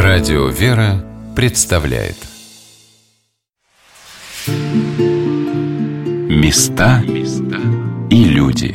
Радио «Вера» представляет Места и люди.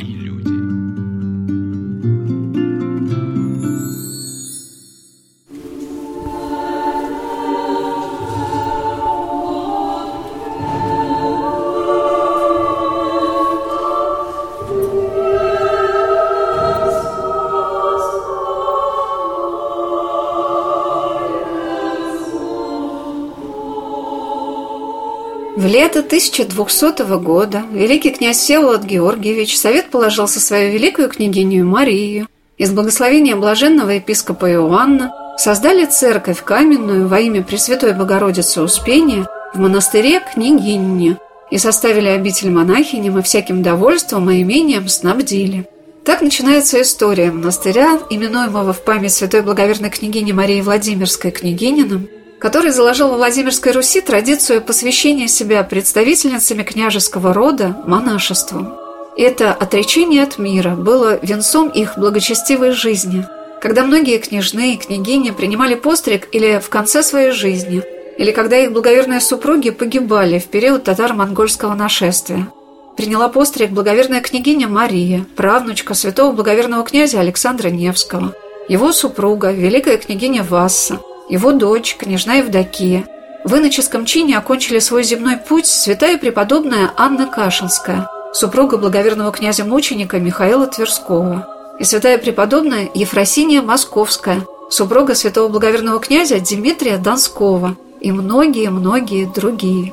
В лето 1200 года великий князь Всеволод Георгиевич совет положил со свою великую княгиню Марию и с благословения блаженного епископа Иоанна создали церковь каменную во имя Пресвятой Богородицы Успения в монастыре Княгинне и составили обитель монахиням и всяким довольством и имением снабдили. Так начинается история монастыря, именуемого в память святой благоверной княгини Марии Владимирской Княгининым, который заложил во Владимирской Руси традицию посвящения себя представительницами княжеского рода монашеству. Это отречение от мира было венцом их благочестивой жизни, когда многие княжны и княгини принимали постриг или в конце своей жизни, или когда их благоверные супруги погибали в период татаро-монгольского нашествия. Приняла постриг благоверная княгиня Мария, правнучка святого благоверного князя Александра Невского, его супруга, великая княгиня Васса, его дочь, княжна Евдокия. В иноческом чине окончили свой земной путь святая преподобная Анна Кашинская, супруга благоверного князя-мученика Михаила Тверского, и святая преподобная Ефросиния Московская, супруга святого благоверного князя Дмитрия Донского, и многие-многие другие.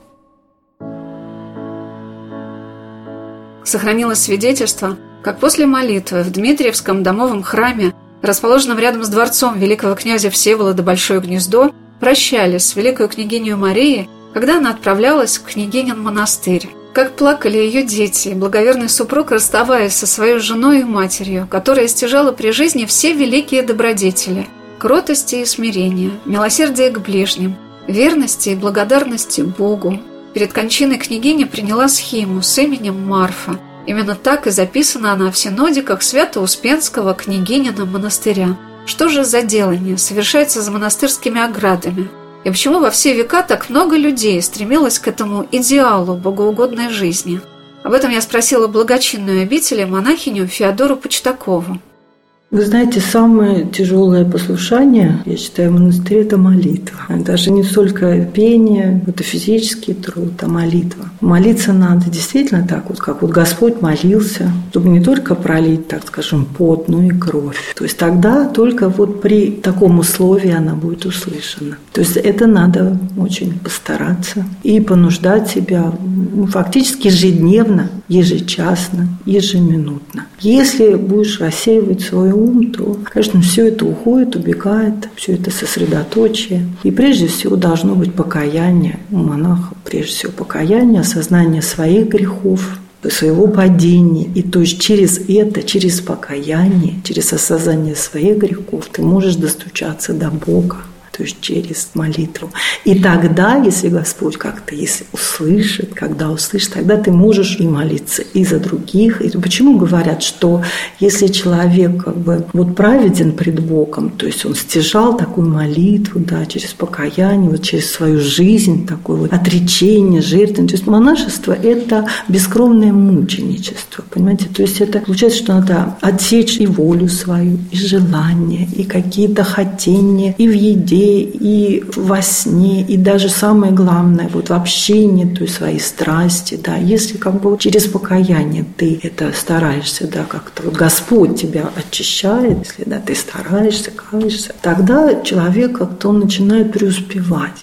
Сохранилось свидетельство, как после молитвы в Дмитриевском домовом храме, расположенном рядом с дворцом великого князя Всеволода Большое Гнездо, прощались с великой княгиней Марией, когда она отправлялась в княгинин монастырь. Как плакали ее дети и благоверный супруг, расставаясь со своей женой и матерью, которая стяжала при жизни все великие добродетели – кротости и смирения, милосердие к ближним, верности и благодарности Богу. Перед кончиной княгиня приняла схиму с именем Марфа. Именно так и записана она в синодиках Свято-Успенского княгинина монастыря. Что же за делание совершается за монастырскими оградами? И почему во все века так много людей стремилось к этому идеалу богоугодной жизни? Об этом я спросила благочинную обитель монахиню Феодору Почтакову. Вы знаете, самое тяжелое послушание, я считаю, в монастыре – это молитва. Даже не столько пение, это физический труд, а молитва. Молиться надо действительно так, вот как вот Господь молился, чтобы не только пролить, так скажем, пот, но и кровь. То есть тогда только вот при таком условии она будет услышана. То есть это надо очень постараться и понуждать себя фактически ежедневно, ежечасно, ежеминутно. Если будешь рассеивать свой ум, то, конечно, все это уходит, убегает, все это сосредоточие. И прежде всего должно быть покаяние у монаха, прежде всего покаяние, осознание своих грехов, своего падения. И то есть через это, через покаяние, через осознание своих грехов ты можешь достучаться до Бога. То есть через молитву. И тогда, если Господь как-то если услышит, когда услышит, тогда ты можешь и молиться и за других. И почему говорят, что если человек как бы вот праведен пред Богом, то есть он стяжал такую молитву, да, через покаяние, вот через свою жизнь, такое вот отречение, жертвенное. То есть монашество – это бескровное мученичество, понимаете? То есть это получается, что надо отсечь и волю свою, и желания, и какие-то хотения, и в еде, и во сне, и даже самое главное, вот в общении, то есть свои страсти, да, если как бы через покаяние ты это стараешься, да, как-то вот Господь тебя очищает, если, да, ты стараешься, каешься, тогда человек как-то он начинает преуспевать.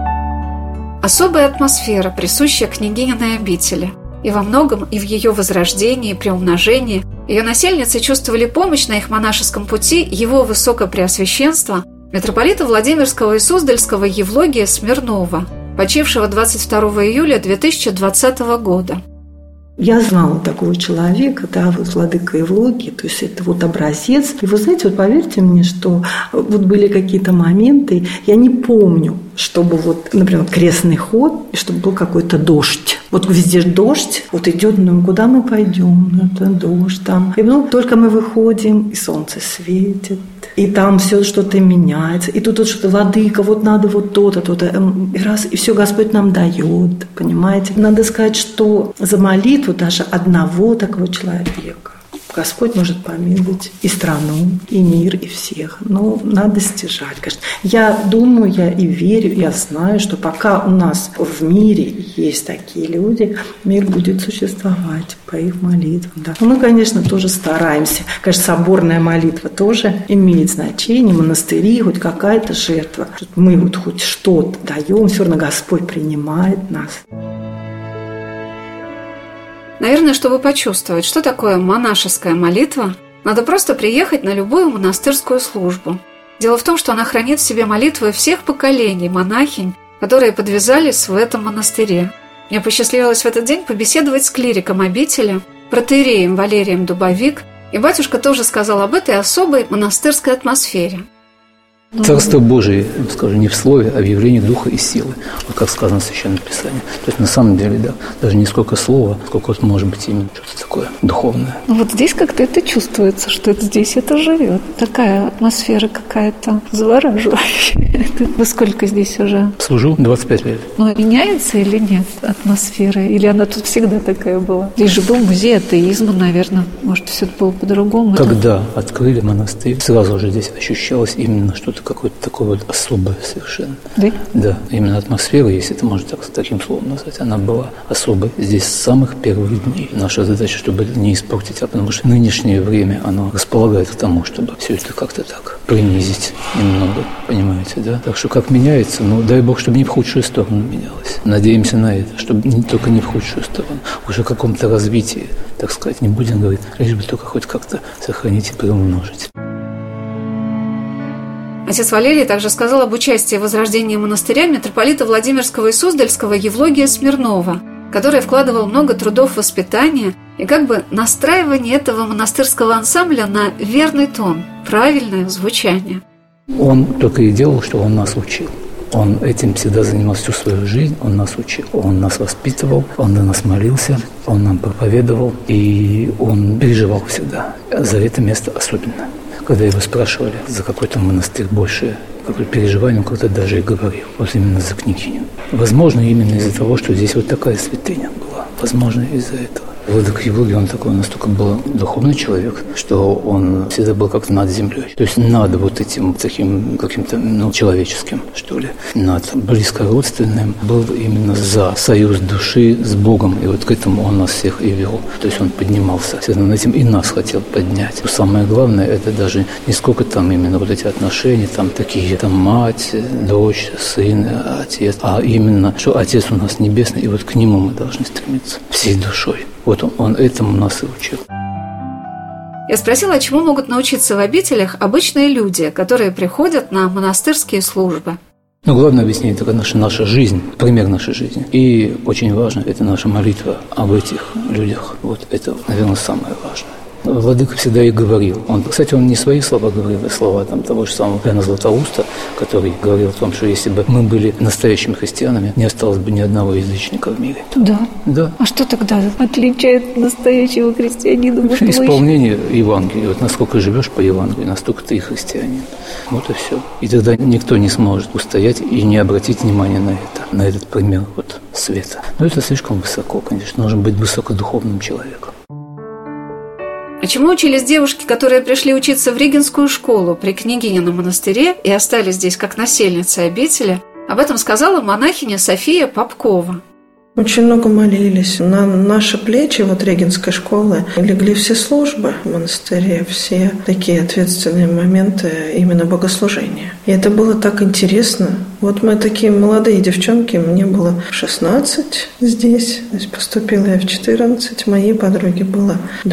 Особая атмосфера, присущая княгининой обители. И во многом, и в ее возрождении, и приумножении, ее насельницы чувствовали помощь на их монашеском пути его высокопреосвященства митрополита Владимирского и Суздальского Евлогия Смирнова, почившего 22 июля 2020 года. Я знала такого человека, да, вот владыка Евлогий, то есть это вот образец. И вы знаете, вот поверьте мне, что вот были какие-то моменты, я не помню, чтобы вот, например, крестный ход, и чтобы был какой-то дождь. Вот везде дождь, вот идет, ну куда мы пойдем? Это дождь там. И ну, только мы выходим, и солнце светит, и там все что-то меняется, и тут вот что-то, владыка, вот надо вот то-то, то-то, и раз, и все Господь нам дает, понимаете? Надо сказать, что за молитву даже одного такого человека Господь может помиловать и страну, и мир, и всех. Но надо стяжать, конечно. Я думаю, я и верю, я знаю, что пока у нас в мире есть такие люди, мир будет существовать по их молитвам. Да. Но мы, конечно, тоже стараемся. Конечно, соборная молитва тоже имеет значение, монастыри, хоть какая-то жертва. Мы вот хоть что-то даем, все равно Господь принимает нас. Наверное, чтобы почувствовать, что такое монашеская молитва, надо просто приехать на любую монастырскую службу. Дело в том, что она хранит в себе молитвы всех поколений монахинь, которые подвязались в этом монастыре. Мне посчастливилось в этот день побеседовать с клириком обители, протоиереем Валерием Дубовик, и батюшка тоже сказал об этой особой монастырской атмосфере. Царство Божие, скажу, не в слове, а в явлении духа и силы, вот как сказано в Священном Писании. То есть на самом деле, да, даже не сколько слова, сколько вот может быть именно что-то такое духовное. Вот здесь как-то это чувствуется, что это здесь это живет. Такая атмосфера какая-то завораживающая. Вы сколько здесь уже? Служу 25 лет. Но меняется или нет атмосфера? Или она тут всегда такая была? Здесь же был музей атеизма, наверное. Может, все было по-другому? Когда открыли монастырь, сразу же здесь ощущалось именно что-то какое-то такое вот особое совершенно. Да? Да, именно атмосфера, если это можно таким словом назвать, она была особой здесь с самых первых дней. Наша задача, чтобы это не испортить, потому что нынешнее время, оно располагает к тому, чтобы все это как-то так принизить немного, понимаете, да? Так что как меняется, ну, дай Бог, чтобы не в худшую сторону менялось. Надеемся на это, чтобы только не в худшую сторону. Уже в каком-то развитии, так сказать, не будем говорить, лишь бы только хоть как-то сохранить и приумножить. Отец Валерий также сказал об участии в возрождении монастыря митрополита Владимирского и Суздальского Евлогия Смирнова, который вкладывал много трудов в воспитание и как бы настраивание этого монастырского ансамбля на верный тон, правильное звучание. Он только и делал, что он нас учил. Он этим всегда занимался всю свою жизнь, он нас учил, он нас воспитывал, он на нас молился, он нам проповедовал, и он переживал всегда. За это место особенно. Когда его спрашивали, за какой-то монастырь больше какое-то переживание, он как-то даже и говорил. Вот именно за княгиню. Возможно, именно из-за того, что здесь вот такая святыня была. Возможно, из-за этого. Владыка Евлогий, он такой настолько был духовный человек, что он всегда был как-то над землей. То есть над вот этим таким каким-то, ну, человеческим, что ли, над близко родственным. Был именно за союз души с Богом. И вот к этому он нас всех и вел. То есть он поднимался всегда над этим и нас хотел поднять. Но самое главное, это даже не сколько там именно вот эти отношения, там такие, там мать, дочь, сын, отец, а именно, что Отец у нас небесный, и вот к Нему мы должны стремиться всей душой. Вот он этому нас и учил. Я спросила, чему могут научиться в обителях обычные люди, которые приходят на монастырские службы. Ну, главное объяснение – это наша жизнь, пример нашей жизни. И очень важно – это наша молитва об этих людях. Вот это, наверное, самое важное. Владыка всегда и говорил. Кстати, он не свои слова говорил, а слова там, того же самого Иоанна Златоуста, который говорил о том, что если бы мы были настоящими христианами, не осталось бы ни одного язычника в мире. Да. Да. А что тогда отличает настоящего христианина? Исполнение Евангелия. Вот насколько живешь по Евангелию, настолько ты и христианин. Вот и все. И тогда никто не сможет устоять и не обратить внимания на это, на этот пример вот света. Но это слишком высоко, конечно. Нужно быть высокодуховным человеком. А чему учились девушки, которые пришли учиться в Регенскую школу при княгинином монастыре и остались здесь как насельницы обители, об этом сказала монахиня София Попкова. Очень много молились. На наши плечи, вот Регенской школы, легли все службы в монастыре, все такие ответственные моменты именно богослужения. И это было так интересно. Вот мы такие молодые девчонки, мне было 16 здесь, то есть поступила я в 14, моей подруге было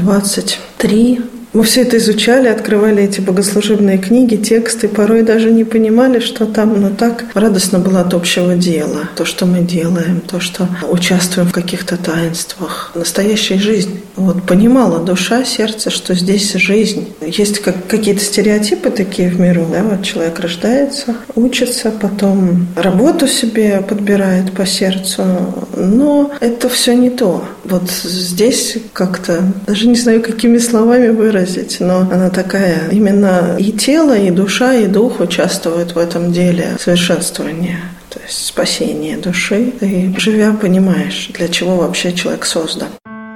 23. Мы все это изучали, открывали эти богослужебные книги, тексты, порой даже не понимали, что там, но так радостно было от общего дела. То, что мы делаем, то, что участвуем в каких-то таинствах, настоящая жизнь. Вот понимала душа, сердце, что здесь жизнь. Есть какие-то стереотипы такие в миру. Да? Вот человек рождается, учится, потом работу себе подбирает по сердцу. Но это все не то. Вот здесь как-то, даже не знаю, какими словами выразить, но она такая, именно и тело, и душа, и дух участвуют в этом деле совершенствования. То есть спасение души. Ты, живя, понимаешь, для чего вообще человек создан.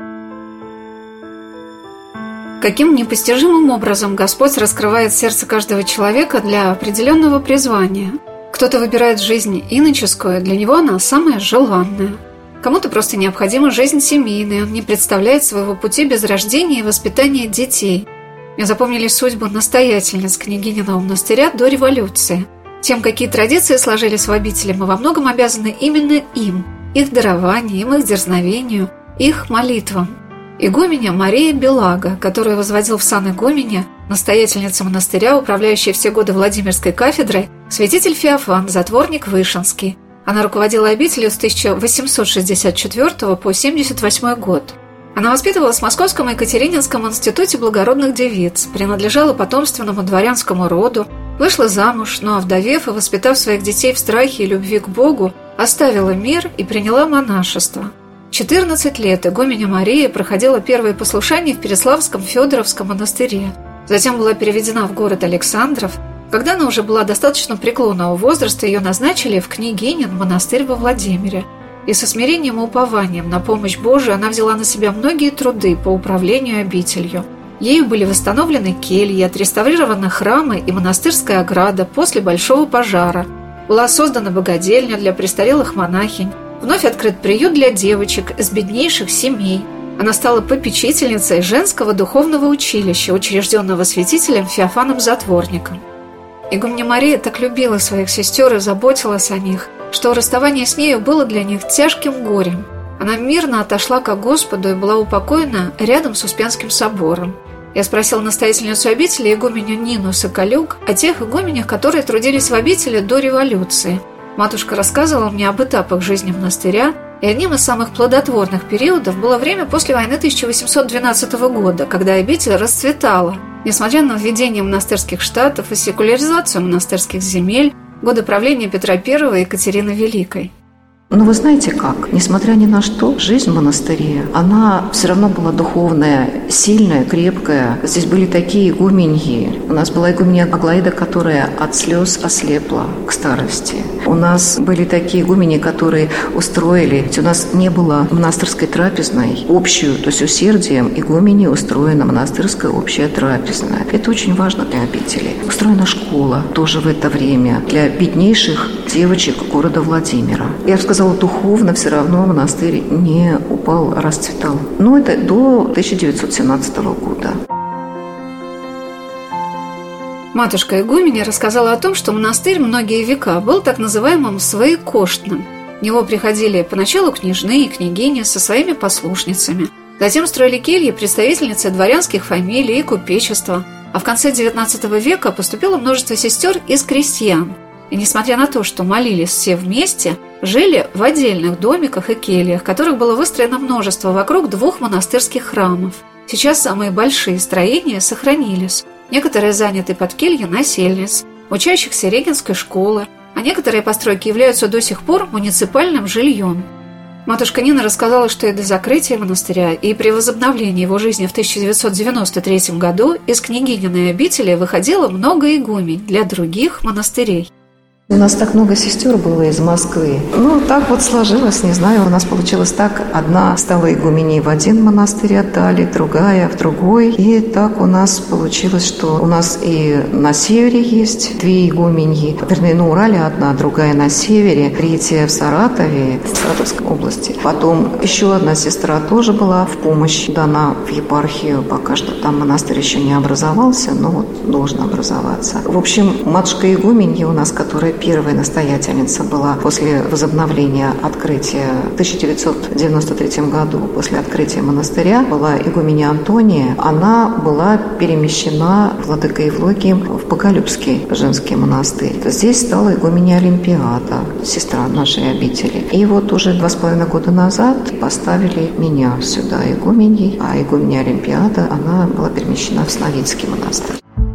Каким непостижимым образом Господь раскрывает сердце каждого человека для определенного призвания. Кто-то выбирает жизнь иноческую, для него она самая желанная. Кому-то просто необходима жизнь семейная, он не представляет своего пути без рождения и воспитания детей. Мне запомнились судьбы настоятельниц княгининого монастыря до революции. Тем, какие традиции сложились в обители, мы во многом обязаны именно им, их дарованию, их дерзновению, их молитвам. Игуменя Мария Белага, которую возводил в сан игуменя, настоятельница монастыря, управляющая все годы Владимирской кафедрой, святитель Феофан, затворник Вышинский. Она руководила обителью с 1864 по 1978 год. Она воспитывалась в Московском Екатерининском институте благородных девиц, принадлежала потомственному дворянскому роду, вышла замуж, но, овдовев и воспитав своих детей в страхе и любви к Богу, оставила мир и приняла монашество. 14 лет игуменя Мария проходила первые послушания в Переславском Федоровском монастыре. Затем была переведена в город Александров. Когда она уже была достаточно преклонного возраста, ее назначили в княгинин монастырь во Владимире. И со смирением и упованием на помощь Божию она взяла на себя многие труды по управлению обителью. Ею были восстановлены кельи, отреставрированы храмы и монастырская ограда после большого пожара. Была создана богадельня для престарелых монахинь. Вновь открыт приют для девочек из беднейших семей. Она стала попечительницей женского духовного училища, учрежденного святителем Феофаном Затворником. Игуменя Мария так любила своих сестер и заботилась о них, что расставание с нею было для них тяжким горем. Она мирно отошла ко Господу и была упокоена рядом с Успенским собором. Я спросила настоятельницу обители, игуменю Нину Соколюк, о тех игуменях, которые трудились в обители до революции. Матушка рассказывала мне об этапах жизни монастыря, и одним из самых плодотворных периодов было время после войны 1812 года, когда обитель расцветала. Несмотря на введение монастырских штатов и секуляризацию монастырских земель, годы правления Петра I и Екатерины Великой. Но вы знаете как? Несмотря ни на что, жизнь в монастыре, она все равно была духовная, сильная, крепкая. Здесь были такие игуменьи. У нас была игуменья Аглаида, которая от слез ослепла к старости. У нас были такие игуменьи, которые устроили, у нас не было монастырской трапезной общую, то есть усердием игуменьи устроена монастырская общая трапезная. Это очень важно для обители. Устроена школа тоже в это время для беднейших девочек города Владимира. Я бы сказала, духовно все равно монастырь не упал, а расцветал. Но это до 1917 года. Матушка игуменя рассказала о том, что монастырь многие века был так называемым своекоштным. В него приходили поначалу княжны и княгини со своими послушницами. Затем строили кельи представительницы дворянских фамилий и купечества. А в конце XIX века поступило множество сестер из крестьян. И несмотря на то, что молились все вместе, жили в отдельных домиках и кельях, которых было выстроено множество вокруг 2 монастырских храмов. Сейчас самые большие строения сохранились. Некоторые заняты под кельи насельниц, учащихся Регенской школы, а некоторые постройки являются до сих пор муниципальным жильем. Матушка Нина рассказала, что и до закрытия монастыря, и при возобновлении его жизни в 1993 году из княгининой обители выходило много игумень для других монастырей. У нас так много сестер было из Москвы. Ну, так вот сложилось, не знаю, у нас получилось так. Одна стала игуменей в один монастырь отдали, другая в другой. И так у нас получилось, что у нас и на севере есть 2 игуменьи. Вернее, на Урале одна, другая на севере, 3 в Саратове, в Саратовской области. Потом еще одна сестра тоже была в помощь дана в епархию. Пока что там монастырь еще не образовался, но вот должен образоваться. В общем, матушка игуменья у нас, которая первая настоятельница была после возобновления открытия в 1993 году, после открытия монастыря, была игуменя Антония. Она была перемещена владыкой Евлогием в Боголюбский женский монастырь. Здесь стала игуменя Олимпиада, сестра нашей обители. И вот уже 2,5 года назад поставили меня сюда игуменей, а игуменя Олимпиада, она была перемещена в Сновидский монастырь.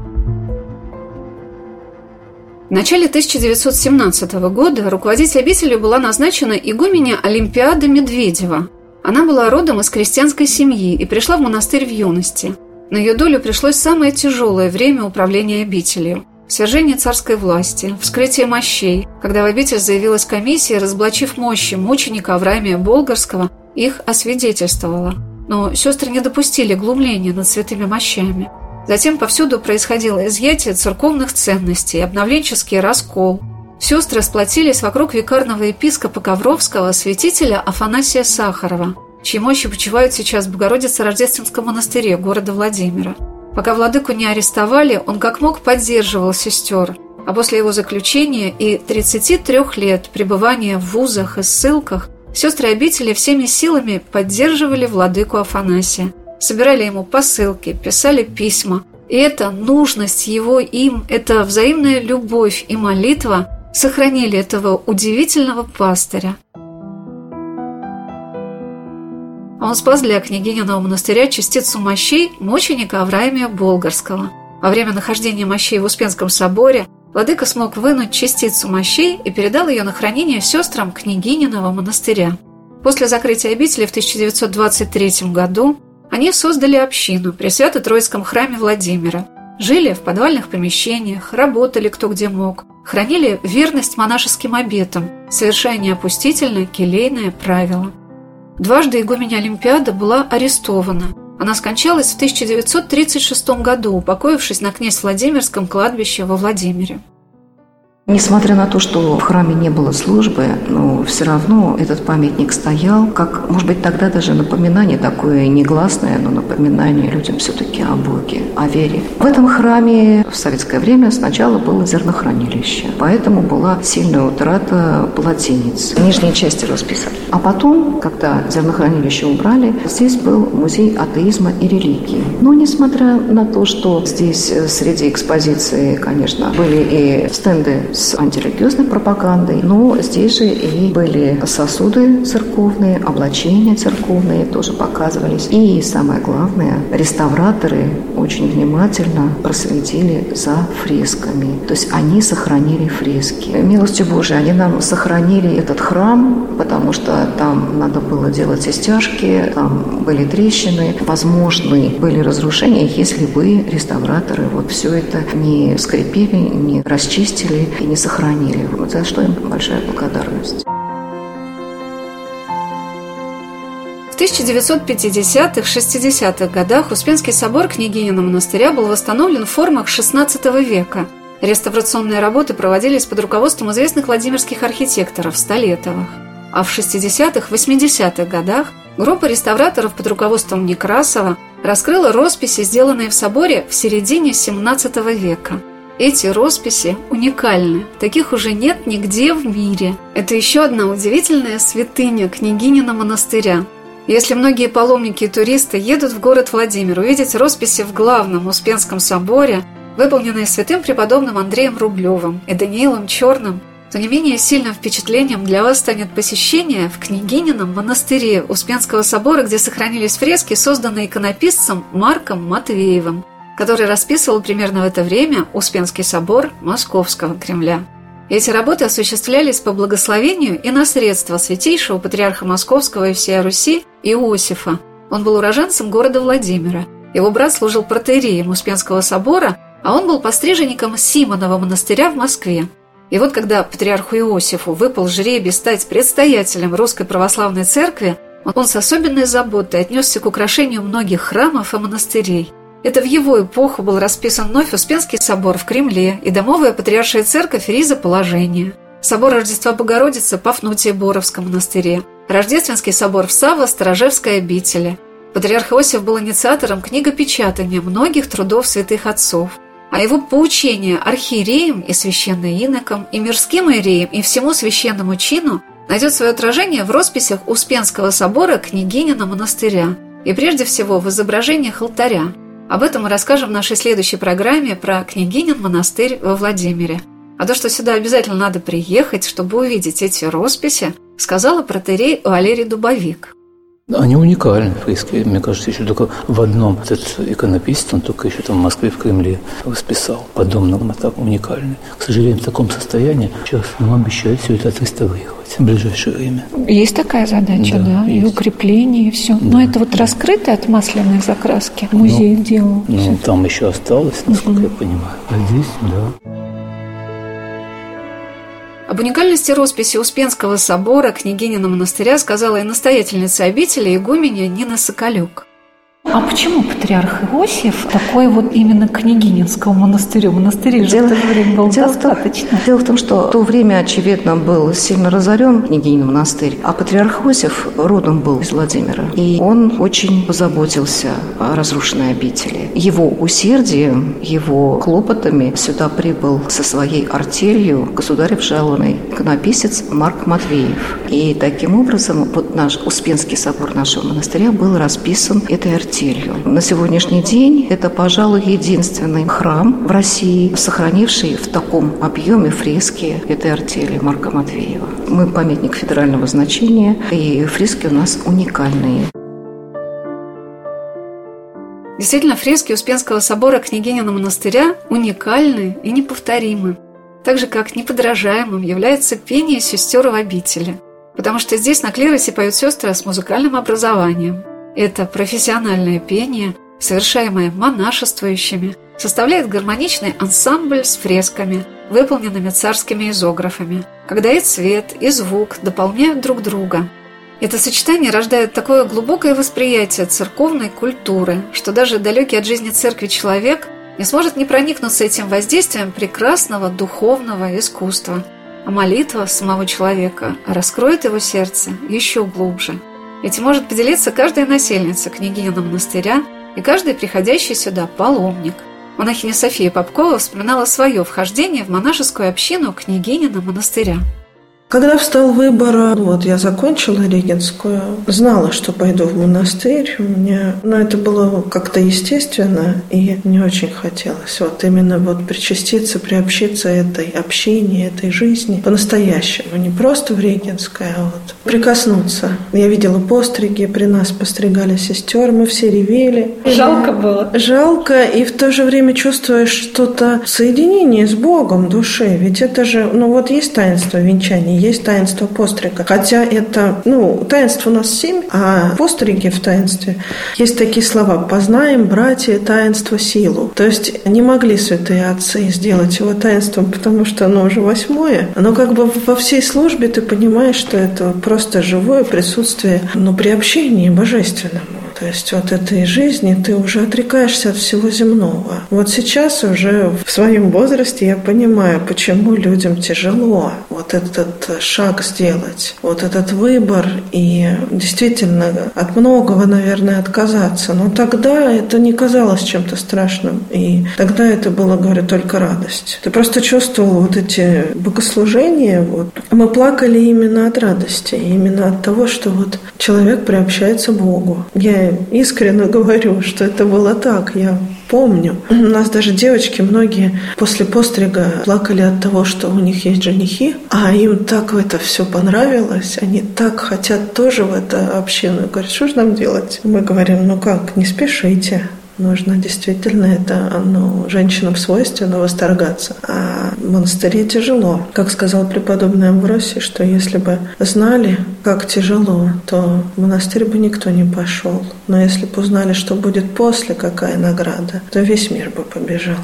В начале 1917 года руководитель обители была назначена игуменя Олимпиада Медведева. Она была родом из крестьянской семьи и пришла в монастырь в юности. На ее долю пришлось самое тяжелое время управления обителью – свержение царской власти, вскрытие мощей, когда в обитель заявилась комиссия, разоблачив мощи мученика Авраамия Болгарского, их освидетельствовала. Но сестры не допустили глумления над святыми мощами. Затем повсюду происходило изъятие церковных ценностей, обновленческий раскол. Сестры сплотились вокруг викарного епископа Ковровского, святителя Афанасия Сахарова, чьи мощи почивают сейчас в Богородице-Рождественском монастыре города Владимира. Пока владыку не арестовали, он как мог поддерживал сестер, а после его заключения и 33 лет пребывания в вузах и ссылках сестры обители всеми силами поддерживали владыку Афанасия, собирали ему посылки, писали письма. И эта нужность его им, эта взаимная любовь и молитва сохранили этого удивительного пастыря. Он спас для княгининого монастыря частицу мощей мученика Авраамия Болгарского. Во время нахождения мощей в Успенском соборе владыка смог вынуть частицу мощей и передал ее на хранение сестрам княгининого монастыря. После закрытия обители в 1923 году они создали общину при Свято-Троицком храме Владимира, жили в подвальных помещениях, работали кто где мог, хранили верность монашеским обетам, совершая неопустительное келейное правило. Дважды игуменя Олимпиада была арестована. Она скончалась в 1936 году, упокоившись на Князь-Владимирском кладбище во Владимире. Несмотря на то, что в храме не было службы, но все равно этот памятник стоял, как, может быть, тогда даже напоминание такое негласное, но напоминание людям все-таки о Боге, о вере. В этом храме в советское время сначала было зернохранилище, поэтому была сильная утрата полотенец, нижней части расписали. А потом, когда зернохранилище убрали, здесь был музей атеизма и религии. Но несмотря на то, что здесь среди экспозиции, конечно, были и стенды с антирелигиозной пропагандой, но здесь же и были сосуды церковные, облачения церковные тоже показывались. И самое главное, реставраторы очень внимательно проследили за фресками. То есть они сохранили фрески. Милостью Божией они нам сохранили этот храм, потому что там надо было делать стяжки, там были трещины, возможны были разрушения, если бы реставраторы вот все это не скрепили, не расчистили и не сохранили. Вот за что им большая благодарность. В 1950-60-х годах Успенский собор княгининого монастыря был восстановлен в формах XVI века. Реставрационные работы проводились под руководством известных владимирских архитекторов Столетовых. А в 60-80-х годах группа реставраторов под руководством Некрасова раскрыла росписи, сделанные в соборе в середине XVII века. Эти росписи уникальны, таких уже нет нигде в мире. Это еще одна удивительная святыня княгинина монастыря. Если многие паломники и туристы едут в город Владимир увидеть росписи в главном Успенском соборе, выполненные святым преподобным Андреем Рублевым и Даниилом Черным, то не менее сильным впечатлением для вас станет посещение в княгинином монастыре Успенского собора, где сохранились фрески, созданные иконописцем Марком Матвеевым, который расписывал примерно в это время Успенский собор Московского Кремля. Эти работы осуществлялись по благословению и на средства святейшего патриарха Московского и всей Руси Иосифа. Он был уроженцем города Владимира. Его брат служил протоиереем Успенского собора, а он был постриженником Симонова монастыря в Москве. И вот когда патриарху Иосифу выпал жребий стать предстоятелем Русской Православной Церкви, он с особенной заботой отнесся к украшению многих храмов и монастырей. Это в его эпоху был расписан вновь Успенский собор в Кремле и домовая патриаршая церковь Риза-Положения, собор Рождества Богородицы в Пафнутии-Боровском монастыре, Рождественский собор в Савво-Сторожевской обители. Патриарх Иосиф был инициатором книгопечатания многих трудов святых отцов. а его поучение архиереям и священноинокам, и мирским иереям, и всему священному чину найдет свое отражение в росписях Успенского собора Княгинина монастыря и прежде всего в изображениях алтаря. Об этом мы расскажем в нашей следующей программе про Княгинин монастырь во Владимире. А то, что сюда обязательно надо приехать, чтобы увидеть эти росписи, сказала протоиерей Валерий Дубовик. Они уникальны, фрески. Мне кажется, еще только в одном этот иконописец, он только еще там в Москве, в Кремле расписал. Подобного так уникальный. К сожалению, в таком состоянии сейчас нам обещают все это отреставрировать в ближайшее время. Есть такая задача, да, и укрепление, и все. Да. Но это вот раскрыто от масляной закраски. Музей делал. Ну, там еще осталось, насколько я понимаю. А здесь, да. Об уникальности росписи Успенского собора Княгинина монастыря сказала и настоятельница обители игуменья Нина Соколюк. А почему патриарх Иосиф такой вот именно Княгининского монастыря? Монастырей же в то время было достаточно. Дело в том, что в то время, очевидно, был сильно разорен Княгинин монастырь, а патриарх Иосиф родом был из Владимира. И он очень позаботился о разрушенной обители. Его усердием, его хлопотами сюда прибыл со своей артелью государев жалованный иконописец Марк Матвеев. И таким образом вот наш Успенский собор нашего монастыря был расписан этой артелью. На сегодняшний день это, пожалуй, единственный храм в России, сохранивший в таком объеме фрески этой артели Марка Матвеева. Мы памятник федерального значения, и фрески у нас уникальные. Действительно, фрески Успенского собора Княгинина монастыря уникальны и неповторимы. Так же, как неподражаемым является пение сестер в обители. Потому что здесь на клиросе поют сестры с музыкальным образованием. Это профессиональное пение, совершаемое монашествующими, составляет гармоничный ансамбль с фресками, выполненными царскими изографами, когда и цвет, и звук дополняют друг друга. Это сочетание рождает такое глубокое восприятие церковной культуры, что даже далекий от жизни церкви человек не сможет не проникнуться этим воздействием прекрасного духовного искусства, а молитва самого человека раскроет его сердце еще глубже. Этим может поделиться каждая насельница Княгинина монастыря и каждый приходящий сюда паломник. Монахиня София Попкова вспоминала свое вхождение в монашескую общину Княгинина монастыря. Когда встал выбор, я закончила Регенскую, знала, что пойду в монастырь. Но это было как-то естественно, и мне очень хотелось именно причаститься, приобщиться этой общине, этой жизни по-настоящему, не просто в Регенское, а прикоснуться. Я видела постриги, при нас постригали сестер, мы все ревели. Жалко было. Жалко, и в то же время чувствуешь что-то соединение с Богом души, ведь это же, есть таинство венчания, есть таинство пострига. Хотя это, таинств у нас 7, а постриги в таинстве есть такие слова: «Познаем, братья, таинство силу». То есть не могли святые отцы сделать его таинством, потому что оно уже 8-е. Но во всей службе ты понимаешь, что это просто живое присутствие, приобщение божественному. То есть этой жизни ты уже отрекаешься от всего земного. Сейчас уже в своем возрасте я понимаю, почему людям тяжело этот шаг сделать, этот выбор и действительно от многого, наверное, отказаться. Но тогда это не казалось чем-то страшным, и тогда это было, говорю, только радость. Ты просто чувствовал эти богослужения. Мы плакали именно от радости, именно от того, что человек приобщается к Богу. Я искренне говорю, что это было так. Я помню. У нас даже девочки многие после пострига плакали от того, что у них есть женихи, а им так это все понравилось, они так хотят тоже в эту общину. Говорят, что же нам делать? Мы говорим, не спешите. Нужно действительно это, женщинам свойственно восторгаться. А в монастыре тяжело. Как сказал преподобный Амвросий, что если бы знали, как тяжело, то в монастырь бы никто не пошел. Но если бы узнали, что будет после, какая награда, то весь мир бы побежал.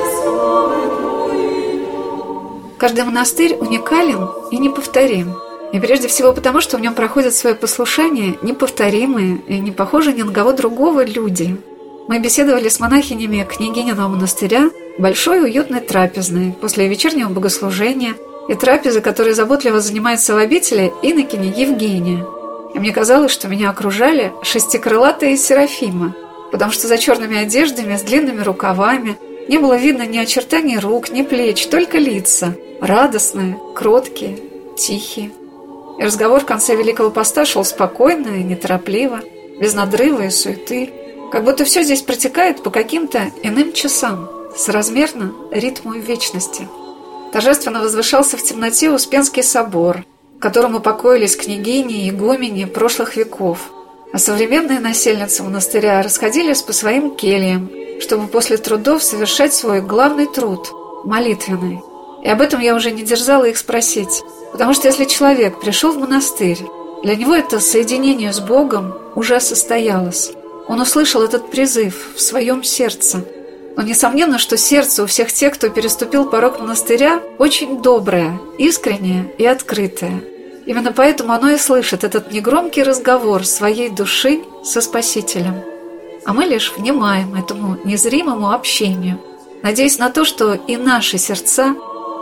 Каждый монастырь уникален и неповторим. И прежде всего потому, что в нем проходят свое послушание неповторимые и не похожие ни на кого другого люди. Мы беседовали с монахинями княгининого монастыря в большой уютной трапезной после вечернего богослужения и трапезы, которой заботливо занимается в обители инокиня Евгения. И мне казалось, что меня окружали шестикрылатые серафимы, потому что за черными одеждами с длинными рукавами не было видно ни очертаний рук, ни плеч, только лица, радостные, кроткие, тихие. И разговор в конце Великого Поста шел спокойно и неторопливо, без надрыва и суеты, как будто все здесь протекает по каким-то иным часам, соразмерно ритму вечности. Торжественно возвышался в темноте Успенский собор, в котором упокоились княгини и игумени прошлых веков, а современные насельницы монастыря расходились по своим кельям, чтобы после трудов совершать свой главный труд – молитвенный. И об этом я уже не дерзала их спросить, потому что если человек пришел в монастырь, для него это соединение с Богом уже состоялось. Он услышал этот призыв в своем сердце. Но несомненно, что сердце у всех тех, кто переступил порог монастыря, очень доброе, искреннее и открытое. Именно поэтому оно и слышит этот негромкий разговор своей души со Спасителем. А мы лишь внимаем этому незримому общению, надеясь на то, что и наши сердца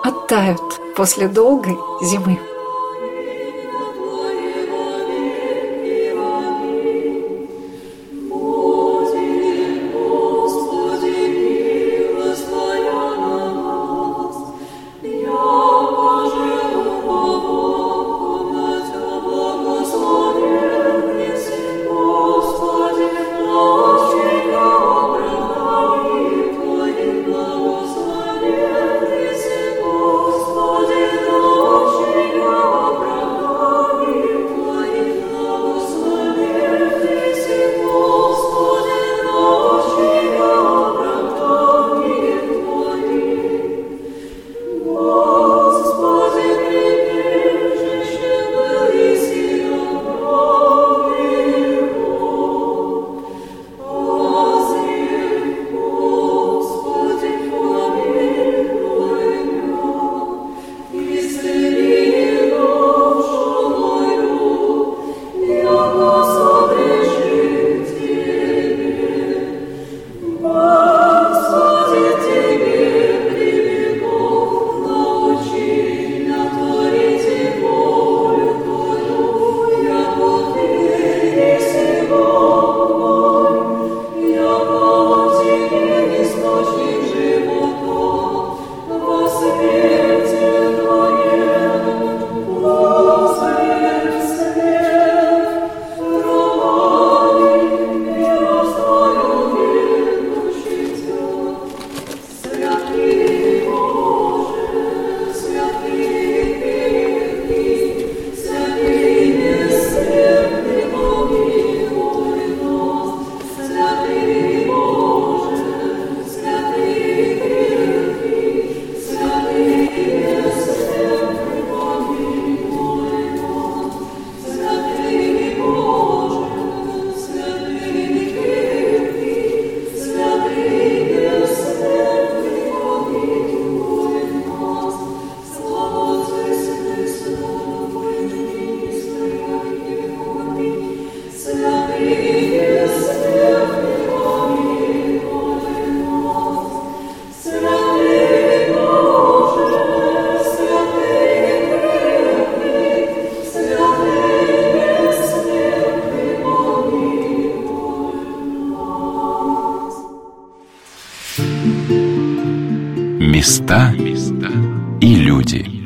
оттают после долгой зимы. Места и люди.